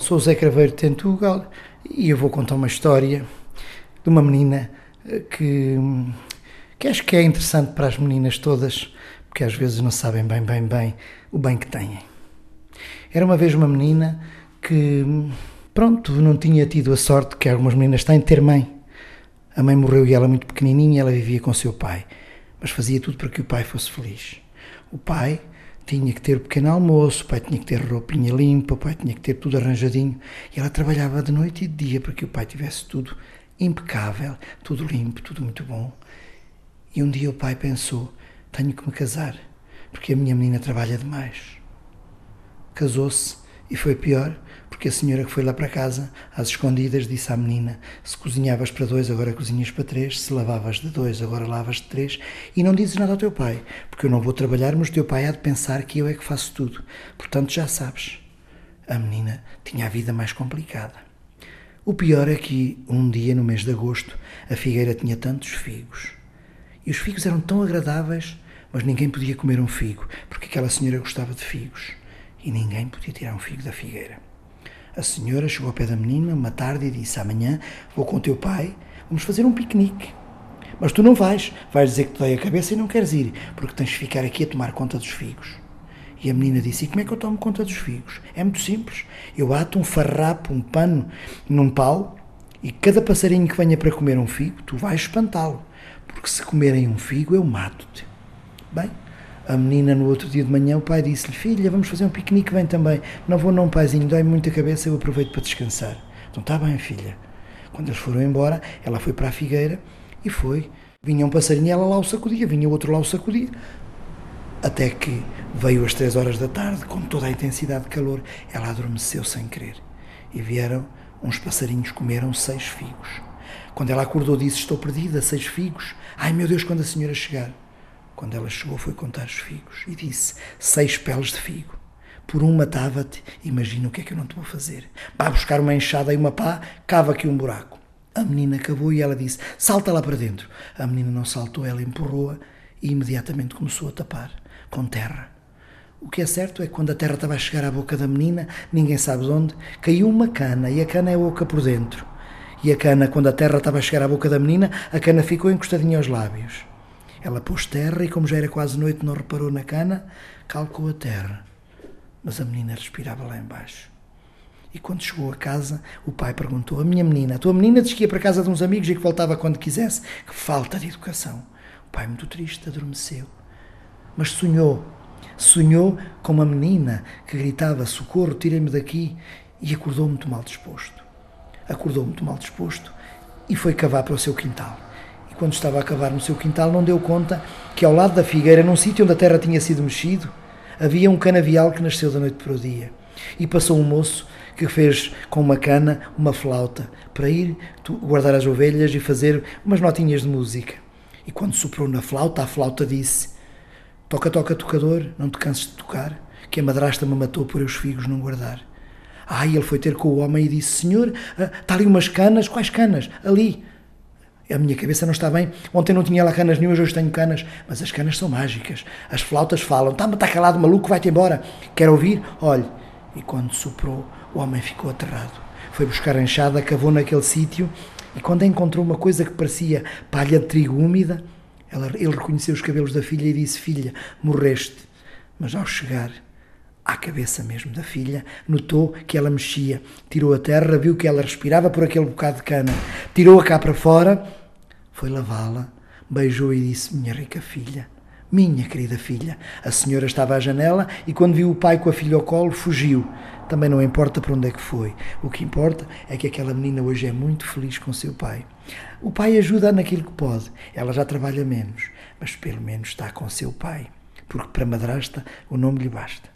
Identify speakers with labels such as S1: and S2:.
S1: sou o Zé Craveiro de Tentugal e eu vou contar uma história de uma menina que acho que é interessante para as meninas todas, porque às vezes não sabem bem o bem que têm. Era uma vez uma menina que, pronto, não tinha tido a sorte que algumas meninas têm de ter mãe. A mãe morreu e ela muito pequenininha e ela vivia com o seu pai, mas fazia tudo para que o pai fosse feliz. O pai tinha que ter o pequeno almoço, o pai tinha que ter roupinha limpa, o pai tinha que ter tudo arranjadinho e ela trabalhava de noite e de dia para que o pai tivesse tudo impecável, tudo limpo, tudo muito bom. E um dia o pai pensou, tenho que me casar, porque a minha menina trabalha demais. Casou-se e foi pior, porque a senhora que foi lá para casa, às escondidas, disse à menina, se cozinhavas para 2, agora cozinhas para 3, se lavavas de 2, agora lavas de 3, e não dizes nada ao teu pai, porque eu não vou trabalhar, mas o teu pai há de pensar que eu é que faço tudo. Portanto, já sabes. A menina tinha a vida mais complicada. O pior é que, um dia, no mês de agosto, a figueira tinha tantos figos. E os figos eram tão agradáveis, mas ninguém podia comer um figo, porque aquela senhora gostava de figos. E ninguém podia tirar um figo da figueira. A senhora chegou ao pé da menina uma tarde e disse, amanhã vou com o teu pai, vamos fazer um piquenique. Mas tu não vais dizer que te dói a cabeça e não queres ir, porque tens de ficar aqui a tomar conta dos figos. E a menina disse, e como é que eu tomo conta dos figos? É muito simples, eu ato um farrapo, um pano, num pau, e cada passarinho que venha para comer um figo, tu vais espantá-lo, porque se comerem um figo eu mato-te. Bem, a menina no outro dia de manhã, o pai disse-lhe, filha, vamos fazer um piquenique, vem também. Não vou não, paizinho, dói-me muito a cabeça, eu aproveito para descansar. Então está bem, filha. Quando eles foram embora, ela foi para a figueira e foi. Vinha um passarinho e ela lá o sacudia, vinha outro lá o sacudia. Até que veio às 3 horas da tarde, com toda a intensidade de calor, ela adormeceu sem querer. E vieram uns passarinhos, comeram 6 figos. Quando ela acordou, disse, estou perdida, 6 figos. Ai, meu Deus, quando a senhora chegar. Quando ela chegou, foi contar os figos e disse, 6 peles de figo. Por um matava-te, imagina o que é que eu não te vou fazer. Vá buscar uma enxada e uma pá, cava aqui um buraco. A menina cavou e ela disse, salta lá para dentro. A menina não saltou, ela empurrou-a e imediatamente começou a tapar com terra. O que é certo é que quando a terra estava a chegar à boca da menina, ninguém sabe de onde, caiu uma cana e a cana é oca por dentro. E a cana, quando a terra estava a chegar à boca da menina, a cana ficou encostadinha aos lábios. Ela pôs terra e, como já era quase noite, não reparou na cana, calcou a terra. Mas a menina respirava lá embaixo. E quando chegou a casa, o pai perguntou, a tua menina diz que ia para a casa de uns amigos e que voltava quando quisesse. Que falta de educação. O pai, muito triste, adormeceu. Mas sonhou com uma menina que gritava, socorro, tirem-me daqui, e acordou muito mal disposto. E foi cavar para o seu quintal. Quando estava a cavar no seu quintal, não deu conta que ao lado da figueira, num sítio onde a terra tinha sido mexido, havia um canavial que nasceu da noite para o dia. E passou um moço que fez com uma cana uma flauta para ir guardar as ovelhas e fazer umas notinhas de música. E quando soprou na flauta, a flauta disse, toca, toca, tocador, não te canses de tocar, que a madrasta me matou por eu os figos não guardar. Ele foi ter com o homem e disse, senhor, está ali umas canas, quais canas? Ali. A minha cabeça não está bem, ontem não tinha lá canas nenhumas, hoje tenho canas, mas as canas são mágicas, as flautas falam, está calado maluco, vai-te embora, quer ouvir? Olhe, e quando soprou, o homem ficou aterrado, foi buscar a enxada, cavou naquele sítio, e quando encontrou uma coisa que parecia palha de trigo úmida, ele reconheceu os cabelos da filha e disse, filha, morreste, mas ao chegar à cabeça mesmo da filha, notou que ela mexia, tirou a terra, viu que ela respirava por aquele bocado de cana, tirou-a cá para fora, foi lavá-la, beijou e disse, minha rica filha, minha querida filha. A senhora estava à janela e quando viu o pai com a filha ao colo, fugiu. Também não importa para onde é que foi. O que importa é que aquela menina hoje é muito feliz com seu pai. O pai ajuda naquilo que pode. Ela já trabalha menos, mas pelo menos está com seu pai, porque para madrasta o nome lhe basta.